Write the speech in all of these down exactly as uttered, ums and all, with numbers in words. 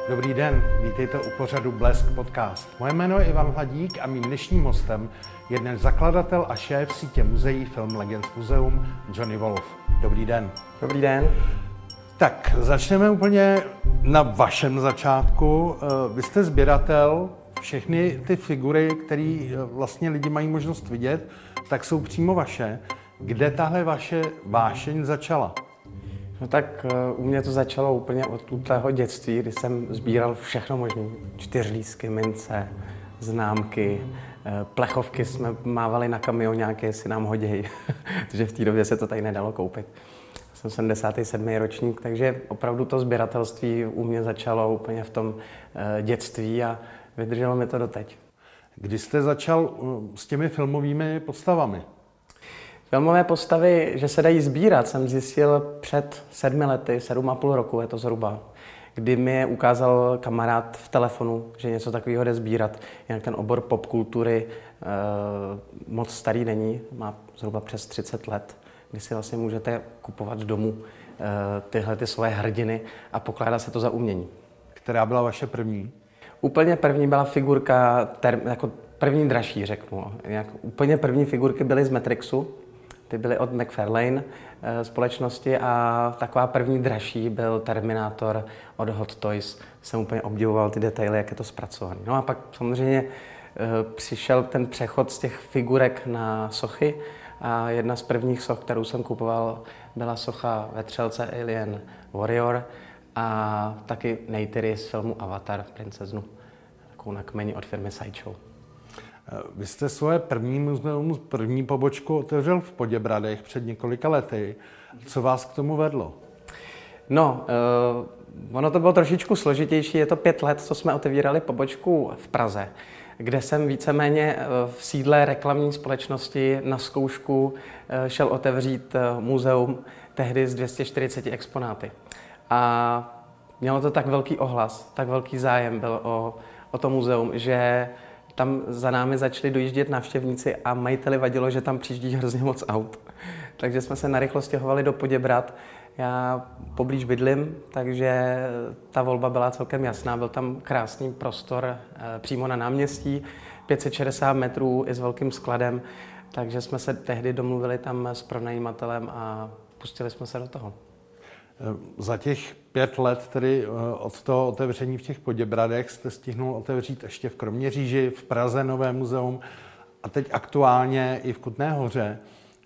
Dobrý den, vítejte u pořadu Blesk podcast. Moje jméno je Ivan Hladík a mým dnešním hostem je dnes zakladatel a šéf sítě muzeí Film Legends Museum Johnny Wolf. Dobrý den. Dobrý den. Tak, začneme úplně na vašem začátku. Vy jste sběratel, všechny ty figury, které vlastně lidi mají možnost vidět, tak jsou přímo vaše. Kde tahle vaše vášeň začala? No tak u mě to začalo úplně od útlého dětství, kdy jsem sbíral všechno možné. Čtyřlístky, mince, známky, plechovky jsme mávali na kamioňáky, jestli nám hodějí, protože v té době se to tady nedalo koupit. Jsem sedmdesátý sedmý ročník, takže opravdu to sběratelství u mě začalo úplně v tom dětství a vydrželo mi to doteď. Kdy jste začal s těmi filmovými postavami? Filmové postavy, že se dají sbírat, jsem zjistil před sedmi lety, sedm a půl roku je to zhruba, kdy mi je ukázal kamarád v telefonu, že něco takového jde sbírat. Jinak ten obor popkultury e, moc starý není, má zhruba přes třicet let, kdy si vlastně můžete kupovat domů e, tyhle ty svoje hrdiny a pokládá se to za umění. Která byla vaše první? Úplně první byla figurka, ter, jako první dražší, řeknu. Jak úplně první figurky byly z Matrixu. Ty byly od McFarlane e, společnosti a taková první dražší byl Terminátor od Hot Toys. Jsem úplně obdivoval ty detaily, jak je to zpracované. No a pak samozřejmě e, přišel ten přechod z těch figurek na sochy a jedna z prvních soch, kterou jsem kupoval, byla socha Vetřelce Alien Warrior a taky Neytiri z filmu Avatar, princeznu, takovou na kmeni od firmy Sideshow. Vy jste svoje první muzeum, první pobočku otevřel v Poděbradech před několika lety. Co vás k tomu vedlo? No, uh, ono to bylo trošičku složitější. Je to pět let, co jsme otevírali pobočku v Praze, kde jsem víceméně v sídle reklamní společnosti na zkoušku uh, šel otevřít uh, muzeum tehdy s dvě stě čtyřiceti exponáty. A mělo to tak velký ohlas, tak velký zájem byl o, o to muzeum, že tam za námi začali dojíždět návštěvníci a majiteli vadilo, že tam přijíždí hrozně moc aut. Takže jsme se narychlo stěhovali do Poděbrad. Já poblíž bydlím, takže ta volba byla celkem jasná. Byl tam krásný prostor přímo na náměstí, pět set šedesát metrů i s velkým skladem. Takže jsme se tehdy domluvili tam s pronajímatelem a pustili jsme se do toho. Za těch pět let, tedy od toho otevření v těch Poděbradech, jste stihnul otevřít ještě v Kroměříži, v Praze nové muzeum a teď aktuálně i v Kutné Hoře.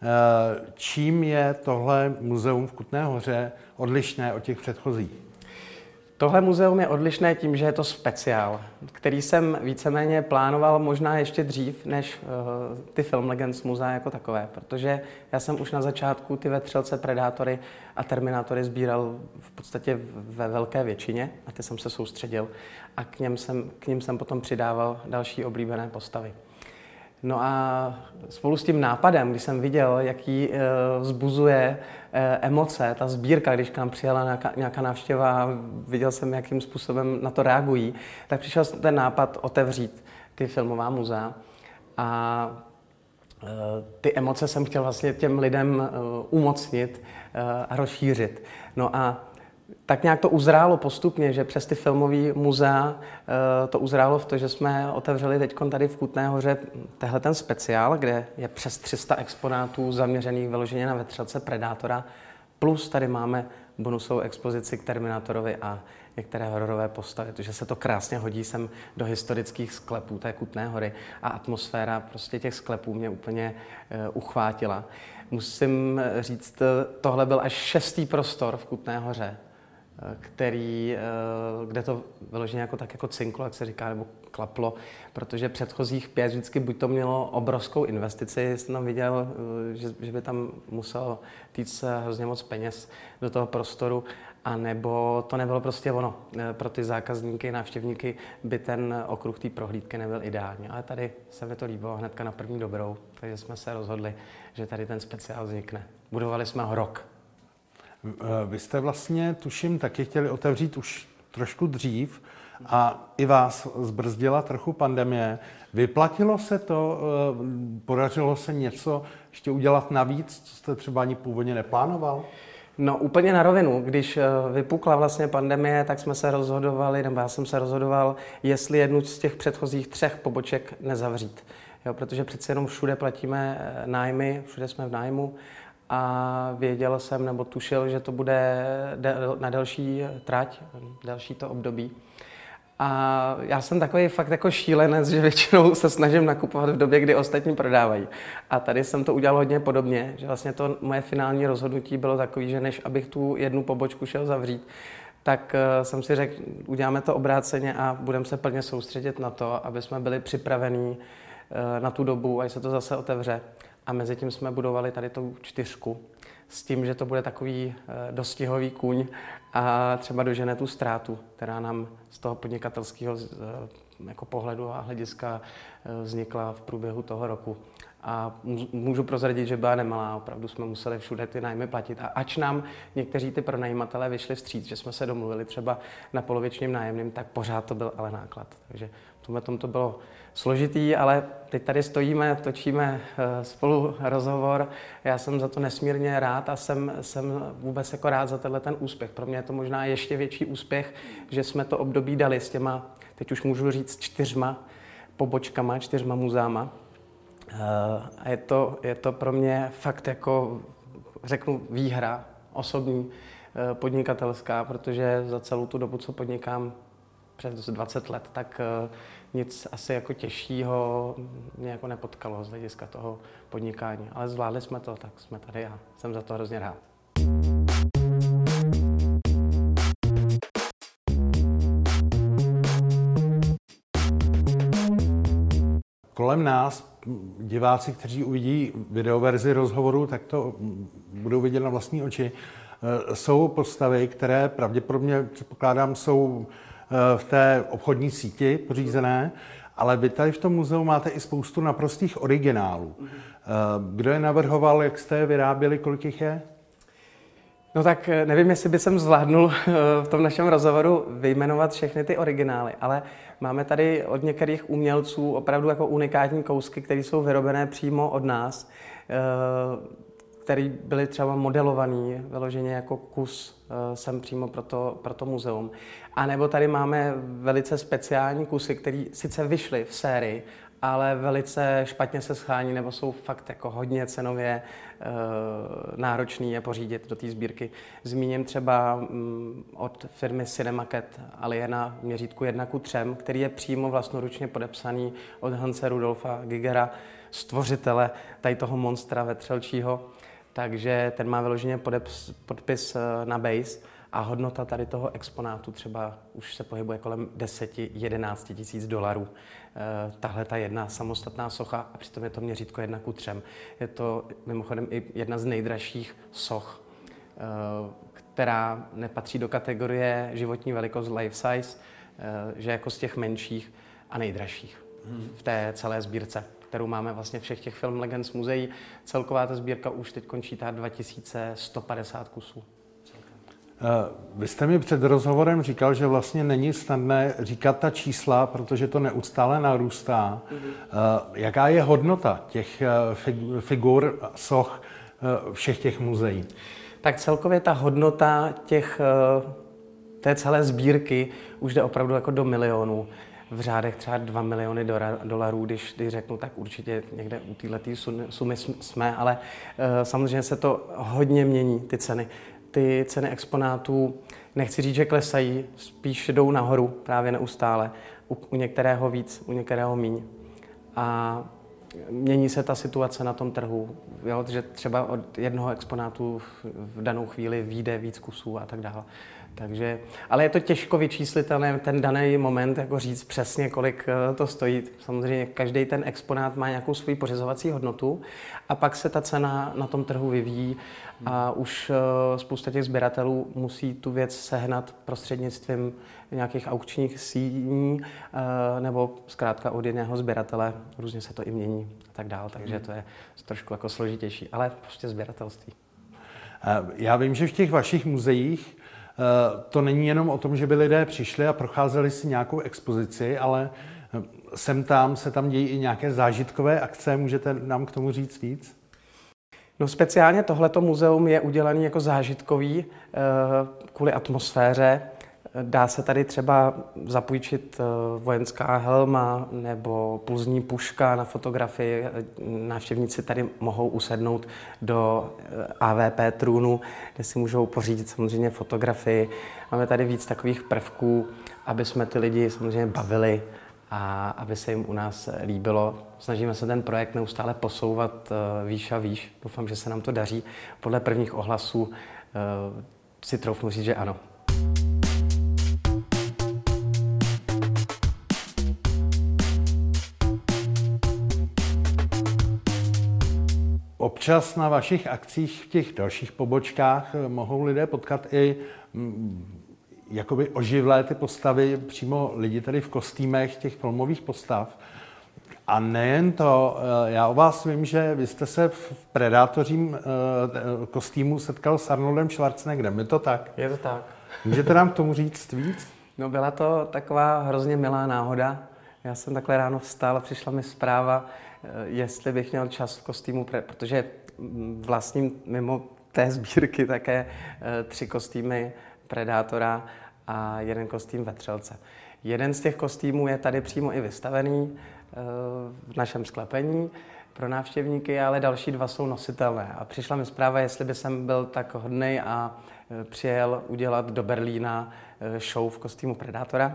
Čím je tohle muzeum v Kutné Hoře odlišné od těch předchozích? Tohle muzeum je odlišné tím, že je to speciál, který jsem víceméně plánoval možná ještě dřív než uh, ty Film Legends muzea jako takové, protože já jsem už na začátku ty Vetřelce, Predátory a Terminátory sbíral v podstatě ve velké většině a ty jsem se soustředil a k ním jsem, k ním jsem potom přidával další oblíbené postavy. No a spolu s tím nápadem, když jsem viděl, jaký e, vzbuzuje e, emoce, ta sbírka, když k nám přijela nějaká, nějaká návštěva a viděl jsem, jakým způsobem na to reagují, tak přišel ten nápad otevřít ty filmová muzea a e, ty emoce jsem chtěl vlastně těm lidem e, umocnit e, a rozšířit. No a tak nějak to uzrálo postupně, že přes ty filmové muzea to uzrálo v to, že jsme otevřeli teď tady v Kutné Hoře tehle ten speciál, kde je přes tři sta exponátů zaměřených vyloženě na Vetřelce, Predátora, plus tady máme bonusovou expozici k Terminátorovi a některé hororové postavy, protože se to krásně hodí sem do historických sklepů té Kutné Hory a atmosféra prostě těch sklepů mě úplně uh, uchvátila. Musím říct, tohle byl až šestý prostor v Kutné Hoře, který, kde to vyloženě jako tak jako cinklo, jak se říká, nebo klaplo, protože předchozích pět vždycky buď to mělo obrovskou investici, jsem tam viděl, že, že by tam muselo týct hrozně moc peněz do toho prostoru, anebo to nebylo prostě ono. Pro ty zákazníky, návštěvníky by ten okruh té prohlídky nebyl ideální. Ale tady se mi to líbilo hnedka na první dobrou, takže jsme se rozhodli, že tady ten speciál vznikne. Budovali jsme ho rok. Vy jste vlastně, tuším, taky chtěli otevřít už trošku dřív a i vás zbrzdila trochu pandemie. Vyplatilo se to, podařilo se něco ještě udělat navíc, co jste třeba ani původně neplánoval? No úplně na rovinu, když vypukla vlastně pandemie, tak jsme se rozhodovali, nebo já jsem se rozhodoval, jestli jednu z těch předchozích třech poboček nezavřít. Jo, protože přece jenom všude platíme nájmy, všude jsme v nájmu a věděl jsem nebo tušil, že to bude na delší trať, delší to období. A já jsem takový fakt jako šílenec, že většinou se snažím nakupovat v době, kdy ostatní prodávají. A tady jsem to udělal hodně podobně, že vlastně to moje finální rozhodnutí bylo takový, že než abych tu jednu pobočku šel zavřít, tak jsem si řekl, uděláme to obráceně a budeme se plně soustředit na to, aby jsme byli připravení na tu dobu, až se to zase otevře. A mezi tím jsme budovali tady tu čtyřku s tím, že to bude takový dostihový kůň a třeba dožene tu ztrátu, která nám z toho podnikatelského jako pohledu a hlediska vznikla v průběhu toho roku. A můžu prozradit, že byla nemalá, opravdu jsme museli všude ty nájmy platit. A ač nám někteří ty pronajímatelé vyšli vstříc, že jsme se domluvili třeba na polovičním nájemným, tak pořád to byl ale náklad. Takže v tomhle tom to bylo složitý, ale teď tady stojíme, točíme spolu rozhovor. Já jsem za to nesmírně rád a jsem, jsem vůbec jako rád za tenhle ten úspěch. Pro mě je to možná ještě větší úspěch, že jsme to období dali s těma, teď už můžu říct, čtyřma pobočkama, čtyřma muzeama. A je to, je to pro mě fakt jako, řeknu, výhra osobní, podnikatelská, protože za celou tu dobu, co podnikám, přes dvacet let, tak nic asi jako těžšího mě jako nepotkalo z hlediska toho podnikání. Ale zvládli jsme to, tak jsme tady a jsem za to hrozně rád. Kolem nás diváci, kteří uvidí videoverzi rozhovoru, tak to budou vidět na vlastní oči. Jsou postavy, které pravděpodobně, předpokládám, jsou v té obchodní síti pořízené, ale vy tady v tom muzeu máte i spoustu naprostých originálů. Kdo je navrhoval, jak jste je vyráběli, kolik jich je? No tak nevím, jestli by jsem zvládnul v tom našem rozhovoru vyjmenovat všechny ty originály, ale máme tady od některých umělců opravdu jako unikátní kousky, které jsou vyrobené přímo od nás, které byly třeba modelované vyloženě jako kus sem přímo pro to, pro to muzeum. A nebo tady máme velice speciální kusy, které sice vyšly v sérii, ale velice špatně se schání nebo jsou fakt jako hodně cenově e, náročný je pořídit do té sbírky. Zmíním třeba mm, od firmy Cinemaket Aliena v měřítku jedna ku třem, který je přímo vlastnoručně podepsaný od Hanse Rudolfa Gigera, stvořitele tady toho monstra vetřelčího. Takže ten má vyloženě podeps, podpis na base a hodnota tady toho exponátu třeba už se pohybuje kolem deset až jedenáct tisíc dolarů. Tahle ta jedna samostatná socha a přitom je to měřítko jedna ku třem. Je to mimochodem i jedna z nejdražších soch, která nepatří do kategorie životní velikost life size, že jako z těch menších a nejdražších v té celé sbírce, kterou máme vlastně všech těch Film Legends muzeí. Celková ta sbírka už teď končítá dva tisíce sto padesát kusů. Vy jste mi před rozhovorem říkal, že vlastně není snadné říkat ta čísla, protože to neustále narůstá. Mm-hmm. Jaká je hodnota těch figur, soch všech těch muzeí? Tak celkově ta hodnota těch, té celé sbírky už jde opravdu jako do milionů. V řádech třeba dva miliony dolarů, když, když řeknu, tak určitě někde u této sumy jsme, ale samozřejmě se to hodně mění, ty ceny. Ty ceny exponátů, nechci říct, že klesají, spíš jdou nahoru právě neustále. U, u některého víc, u některého míň. A mění se ta situace na tom trhu, jo? Že třeba od jednoho exponátu v, v danou chvíli vyjde víc kusů a tak dále. Takže, ale je to těžko vyčíslitelné ten daný moment, jako říct přesně, kolik to stojí. Samozřejmě každý ten exponát má nějakou svoji pořizovací hodnotu a pak se ta cena na tom trhu vyvíjí a už spousta těch sběratelů musí tu věc sehnat prostřednictvím nějakých aukčních síní nebo zkrátka od jiného sběratele. Různě se to i mění a tak dále, takže to je trošku jako složitější, ale prostě sběratelství. Já vím, že v těch vašich muzeích to není jenom o tom, že by lidé přišli a procházeli si nějakou expozici, ale sem tam se tam dějí i nějaké zážitkové akce. Můžete nám k tomu říct víc? No speciálně tohleto muzeum je udělaný jako zážitkový kvůli atmosféře. Dá se tady třeba zapůjčit vojenská helma nebo pulzní puška na fotografii. Návštěvníci tady mohou usednout do A V P trůnu, kde si můžou pořídit samozřejmě fotografii. Máme tady víc takových prvků, aby jsme ty lidi samozřejmě bavili a aby se jim u nás líbilo. Snažíme se ten projekt neustále posouvat výš a výš. Doufám, že se nám to daří. Podle prvních ohlasů si troufnu říct, že ano. Občas na vašich akcích v těch dalších pobočkách mohou lidé potkat i jakoby oživlé ty postavy, přímo lidi tady v kostýmech těch filmových postav. A nejen to, já o vás vím, že vy jste se v predátořím kostýmu setkal s Arnoldem Schwarzeneggerem. Je to tak? Je to tak. Můžete nám k tomu říct víc? No byla to taková hrozně milá náhoda. Já jsem takhle ráno vstal a přišla mi zpráva, jestli bych měl čas v kostýmu, protože vlastním mimo té sbírky také tři kostýmy Predátora a jeden kostým vetřelce. Jeden z těch kostýmů je tady přímo i vystavený v našem sklepení pro návštěvníky, ale další dva jsou nositelné. A přišla mi zpráva, jestli by jsem byl tak hodnej a přijel udělat do Berlína show v kostýmu Predátora.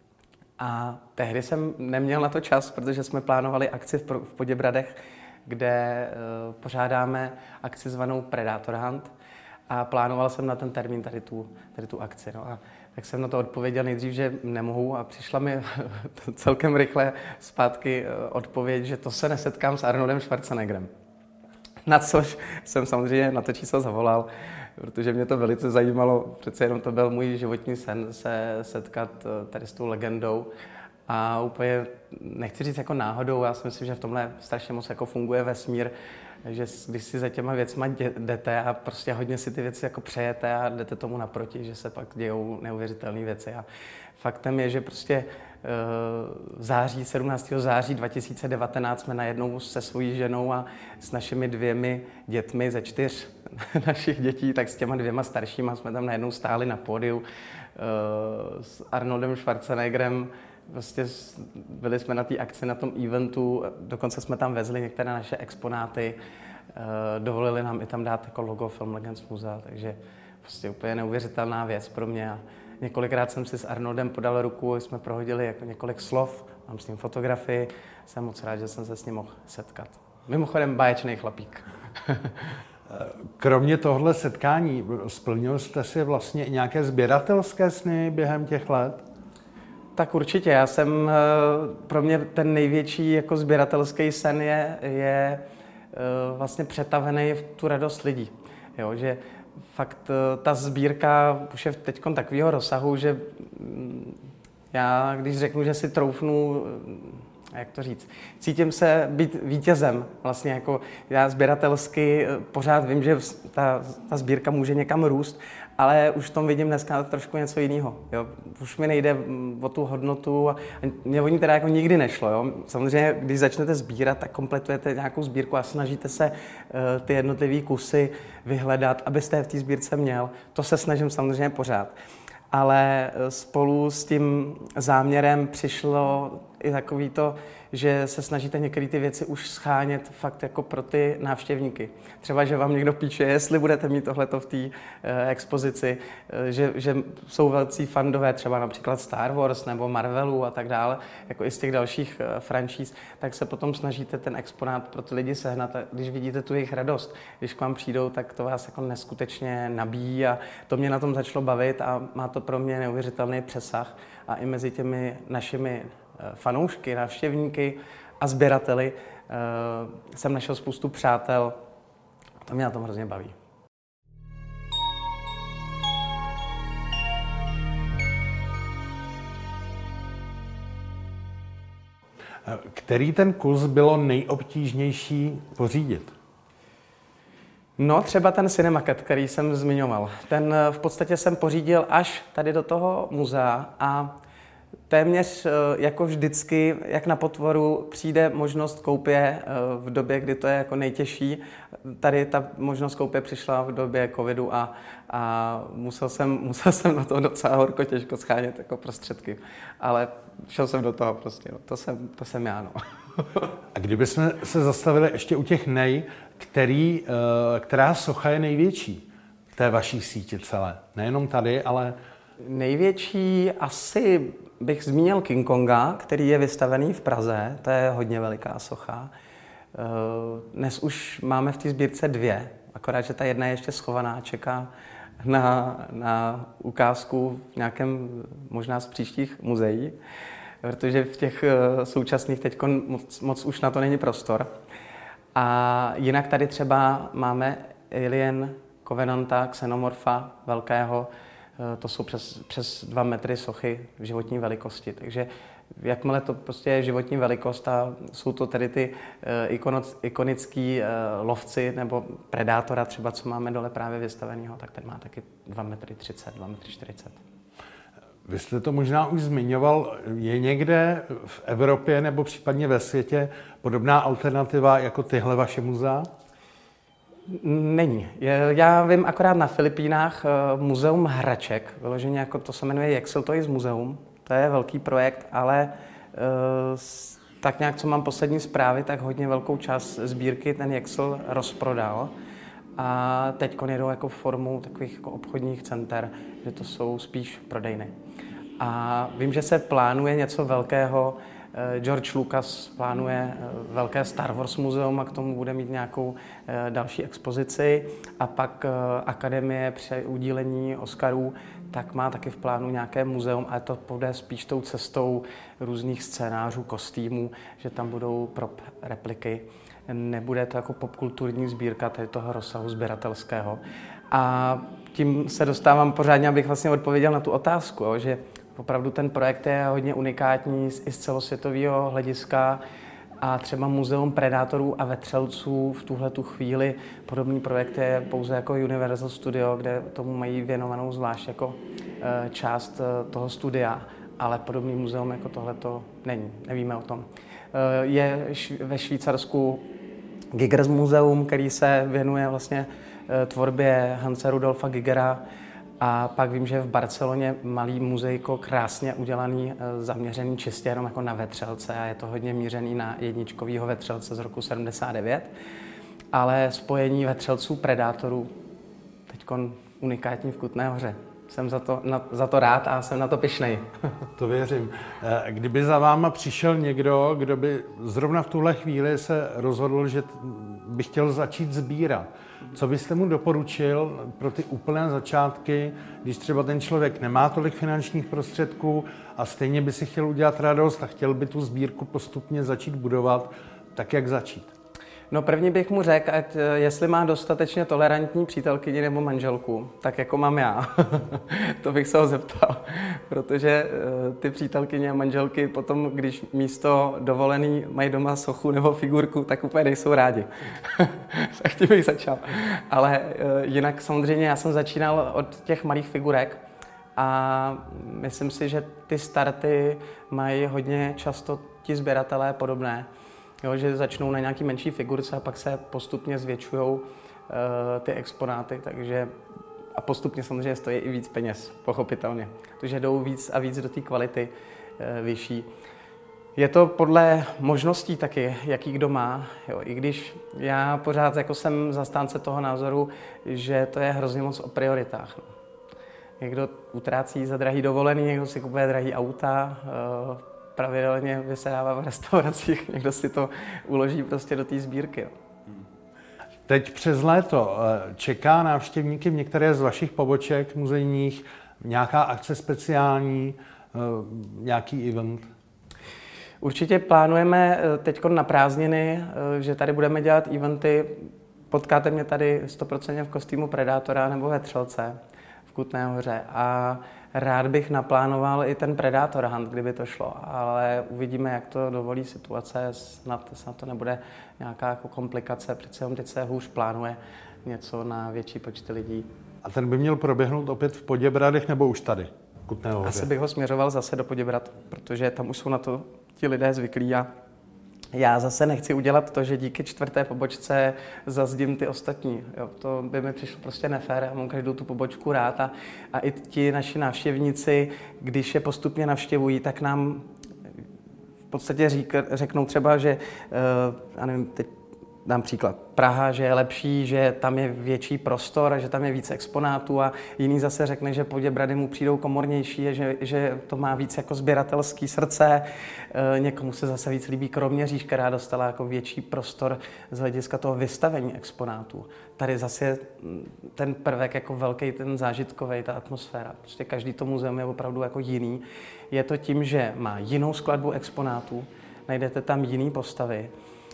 A tehdy jsem neměl na to čas, protože jsme plánovali akci v, v Poděbradech, kde uh, pořádáme akci zvanou Predator Hunt a plánoval jsem na ten termín tady tu, tady tu akci. No a tak jsem na to odpověděl nejdřív, že nemohu a přišla mi celkem rychle zpátky odpověď, že to se nesetkám s Arnoldem Schwarzeneggerem. Na což jsem samozřejmě na to číslo zavolal, protože mě to velice zajímalo. Přece jenom to byl můj životní sen se setkat tady s tou legendou. A úplně, nechci říct jako náhodou, já si myslím, že v tomhle strašně moc jako funguje vesmír, že když si za těma věcma jdete a prostě hodně si ty věci jako přejete a jdete tomu naproti, že se pak dějou neuvěřitelné věci. A faktem je, že prostě v září, sedmnáctého září dva tisíce devatenáct jsme najednou se svojí ženou a s našimi dvěmi dětmi ze čtyř našich dětí, tak s těma dvěma staršíma jsme tam najednou stáli na pódiu s Arnoldem Schwarzeneggerem. Prostě byli jsme na té akci, na tom eventu, dokonce jsme tam vezli některé naše exponáty, dovolili nám i tam dát jako logo Film Legends Muzea, takže prostě úplně neuvěřitelná věc pro mě. A několikrát jsem si s Arnoldem podal ruku, jsme prohodili jako několik slov, mám s ním fotografii, jsem moc rád, že jsem se s ním mohl setkat. Mimochodem báječný chlapík. Kromě tohle setkání, splnil jste si vlastně i nějaké sběratelské sny během těch let? Tak určitě. Já jsem, pro mě ten největší jako sběratelský sen je, je vlastně přetavený v tu radost lidí. Jo, že fakt ta sbírka už je teď takového rozsahu, že já, když řeknu, že si troufnu, jak to říct, cítím se být vítězem. Vlastně jako já sběratelsky pořád vím, že ta, ta sbírka může někam růst, ale už v tom vidím dneska trošku něco jiného. Jo? Už mi nejde o tu hodnotu a mě o ní teda jako nikdy nešlo. Jo? Samozřejmě, když začnete sbírat, tak kompletujete nějakou sbírku a snažíte se uh, ty jednotlivé kusy vyhledat, abyste je v té sbírce měl. To se snažím samozřejmě pořád. Ale spolu s tím záměrem přišlo i takový to, že se snažíte některé ty věci už schánět fakt jako pro ty návštěvníky. Třeba, že vám někdo píše, jestli budete mít tohleto v té e, expozici, e, že, že jsou velcí fandové, třeba například Star Wars nebo Marvelu a tak dále, jako i z těch dalších e, franšíz, tak se potom snažíte ten exponát pro ty lidi sehnat. A když vidíte tu jejich radost, když k vám přijdou, tak to vás jako neskutečně nabíjí a to mě na tom začalo bavit a má to pro mě neuvěřitelný přesah. A i mezi těmi našimi fanoušky, návštěvníky a sběrateli jsem našel spoustu přátel. To mě na tom hrozně baví. Který ten kus bylo nejobtížnější pořídit? No, třeba ten Cinemaket, který jsem zmiňoval. Ten v podstatě jsem pořídil až tady do toho muzea a téměř jako vždycky, jak na potvoru, přijde možnost koupě v době, kdy to je jako nejtěžší. Tady ta možnost koupě přišla v době covidu a, a musel, jsem, musel jsem na to docela horko těžko schánět jako prostředky. Ale šel jsem do toho prostě, no. to, jsem, to jsem já. No. A kdybychom se zastavili ještě u těch nej, který, která socha je největší v té vaší síti celé? Nejenom tady, ale... Největší asi bych zmínil King Konga, který je vystavený v Praze. To je hodně veliká socha. Dnes už máme v té sbírce dvě, akorát, že ta jedna je ještě schovaná, čeká na, na ukázku v nějakém možná z příštích muzeí, protože v těch současných teď moc, moc už na to není prostor. A jinak tady třeba máme Alien Covenanta, Xenomorfa velkého, to jsou přes, přes dva metry sochy v životní velikosti. Takže jakmile to prostě je životní velikost a jsou to tedy ty uh, ikonický uh, lovci nebo predátora třeba, co máme dole právě vystavenýho, tak ten má taky dva metry třicet, dva metry čtyřicet. Vy jste to možná už zmiňoval, je někde v Evropě nebo případně ve světě podobná alternativa jako tyhle vaše muzea? Není. Já vím akorát na Filipínách muzeum hraček, vyloženě jako to se jmenuje Yexel Toys Museum. To je velký projekt, ale tak nějak, co mám poslední zprávy, tak hodně velkou část sbírky ten Yexel rozprodal. A teď jedou jako formou takových jako obchodních center, že to jsou spíš prodejny. A vím, že se plánuje něco velkého. George Lucas plánuje velké Star Wars muzeum a k tomu bude mít nějakou další expozici. A pak Akademie při udílení Oscarů tak má taky v plánu nějaké muzeum, ale to půjde spíš tou cestou různých scénářů, kostýmů, že tam budou prop repliky. Nebude to jako popkulturní sbírka tady toho rozsahu sběratelského. A tím se dostávám pořádně, abych vlastně odpověděl na tu otázku, jo, že opravdu ten projekt je hodně unikátní i z celosvětového hlediska a třeba Muzeum predátorů a vetřelců v tuhle tu chvíli podobný projekt je pouze jako Universal Studio, kde tomu mají věnovanou zvlášť jako část toho studia, ale podobný muzeum jako tohle to není, nevíme o tom. Je ve Švýcarsku Giger's Muzeum, který se věnuje vlastně tvorbě Hanse Rudolfa Gigera. A pak vím, že v Barceloně malý muzejko, krásně udělaný, zaměřený čistě jenom jako na vetřelce a je to hodně mířený na jedničkovýho vetřelce z roku sedmdesát devět. Ale spojení vetřelců, predátorů, teďkon unikátní v Kutné Hoře. Jsem za to, na, za to rád a jsem na to pyšnej. To věřím. Kdyby za váma přišel někdo, kdo by zrovna v tuhle chvíli se rozhodl, že by chtěl začít sbírat, co byste mu doporučil pro ty úplné začátky, když třeba ten člověk nemá tolik finančních prostředků a stejně by si chtěl udělat radost a chtěl by tu sbírku postupně začít budovat, tak jak začít? No první bych mu řekl, ať jestli má dostatečně tolerantní přítelkyni nebo manželku, tak jako mám já. To bych se ho zeptal, protože ty přítelkyně a manželky potom, když místo dovolený mají doma sochu nebo figurku, tak úplně nejsou rádi. Tak tím bych začal. Ale jinak samozřejmě já jsem začínal od těch malých figurek a myslím si, že ty starty mají hodně často ti sběratelé podobné. Jo, že začnou na nějaký menší figurce a pak se postupně zvětšují uh, ty exponáty, takže a postupně samozřejmě stojí i víc peněz, pochopitelně. Takže jdou víc a víc do té kvality uh, vyšší. Je to podle možností taky, jaký kdo má. Jo, i když já pořád jako jsem zastánce toho názoru, že to je hrozně moc o prioritách. No. Někdo utrácí za drahý dovolený, někdo si kupuje drahý auta, uh, pravidelně vysedává v restauracích, někdo si to uloží prostě do té sbírky. Teď přes léto čeká návštěvníky v některé z vašich poboček muzejních nějaká akce speciální, nějaký event? Určitě plánujeme teď na prázdniny, že tady budeme dělat eventy. Potkáte mě tady sto procent v kostýmu predátora nebo vetřelce v Kutné Hoře. A rád bych naplánoval i ten Predator Hunt, kdyby to šlo, ale uvidíme, jak to dovolí situace, snad, snad to nebude nějaká jako komplikace, přece jenom teď se hůř plánuje něco na větší počty lidí. A ten by měl proběhnout opět v Poděbradech nebo už tady? Kutné Hoře? Asi bych ho směřoval zase do Poděbrad, protože tam už jsou na to ti lidé zvyklí a já zase nechci udělat to, že díky čtvrté pobočce zazdím ty ostatní. Jo, to by mi přišlo prostě nefér, já mám každou tu pobočku rád a, a i ti naši návštěvníci, když je postupně navštěvují, tak nám v podstatě řík, řeknou třeba, že, já nevím, teď dám příklad, Praha, že je lepší, že tam je větší prostor, že tam je víc exponátů a jiný zase řekne, že Poděbrady mu přijdou komornější, že, že to má víc jako sběratelský srdce. E, někomu se zase víc líbí Kroměříž, která dostala jako větší prostor z hlediska toho vystavení exponátů. Tady zase je ten prvek jako velký, ten zážitkový, ta atmosféra. Prostě každý to muzeum je opravdu jako jiný. Je to tím, že má jinou skladbu exponátů, najdete tam jiný postavy,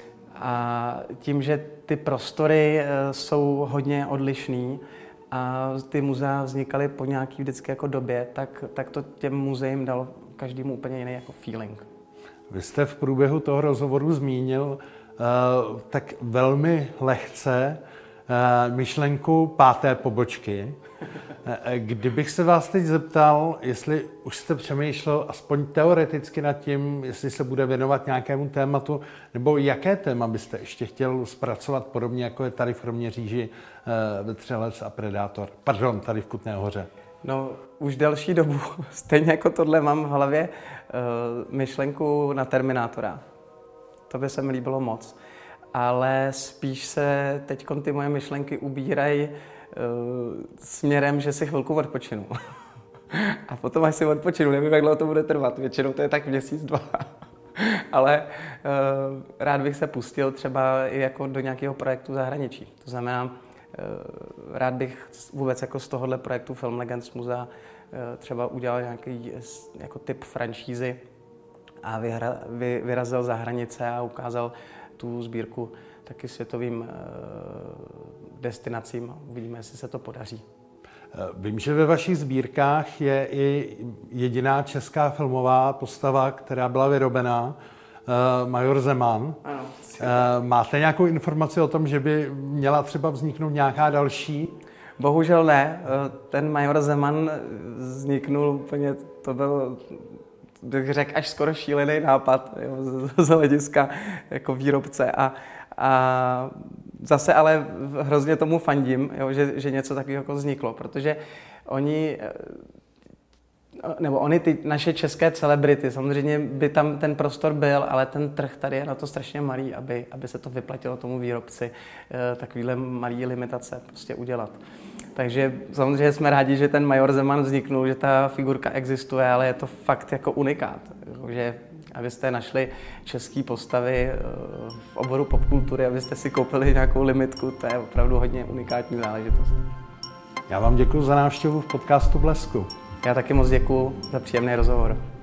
a tím, že ty prostory jsou hodně odlišný a ty muzea vznikaly po nějaký vždycky jako době, tak, tak to těm muzeím dalo každému úplně jiný jako feeling. Vy jste v průběhu toho rozhovoru zmínil uh, tak velmi lehce uh, myšlenku páté pobočky. Kdybych se vás teď zeptal, jestli už jste přemýšlel aspoň teoreticky nad tím, jestli se bude věnovat nějakému tématu, nebo jaké téma byste ještě chtěl zpracovat, podobně jako je tady v Kroměříži Vetřelec a Predátor. Pardon, tady v Kutné Hoře. No, už delší dobu, stejně jako tohle mám v hlavě uh, myšlenku na Terminátora. To by se mi líbilo moc. Ale spíš se teď ty moje myšlenky ubírají směrem, že si chvilku odpočinu. A potom, až si odpočinu, nevím, jak dlouho to bude trvat. Většinou to je tak měsíc, dva. Ale uh, rád bych se pustil třeba i jako do nějakého projektu zahraničí. To znamená, uh, rád bych vůbec jako z tohohle projektu Film Legends Muzea uh, třeba udělal nějaký jako typ franšízy a vyhra, vy, vyrazil za hranice a ukázal tu sbírku taky světovým uh, destinacím. Uvidíme, jestli se to podaří. Vím, že ve vašich sbírkách je i jediná česká filmová postava, která byla vyrobená, uh, Major Zeman. Ano. Uh, máte nějakou informaci o tom, že by měla třeba vzniknout nějaká další? Bohužel ne. Ten Major Zeman vzniknul úplně, to byl, bych řekl, až skoro šílený nápad, jo, z hlediska jako výrobce. A, a zase ale hrozně tomu fandím, jo, že, že něco takového jako vzniklo, protože oni, nebo oni ty naše české celebrity, samozřejmě by tam ten prostor byl, ale ten trh tady je na to strašně malý, aby, aby se to vyplatilo tomu výrobci takovýhle malý limitace prostě udělat. Takže samozřejmě jsme rádi, že ten Major Zeman vzniknul, že ta figurka existuje, ale je to fakt jako unikát, že abyste našli české postavy v oboru popkultury, abyste si koupili nějakou limitku, to je opravdu hodně unikátní záležitost. Já vám děkuji za návštěvu v podcastu Blesku. Já taky moc děkuji za příjemný rozhovor.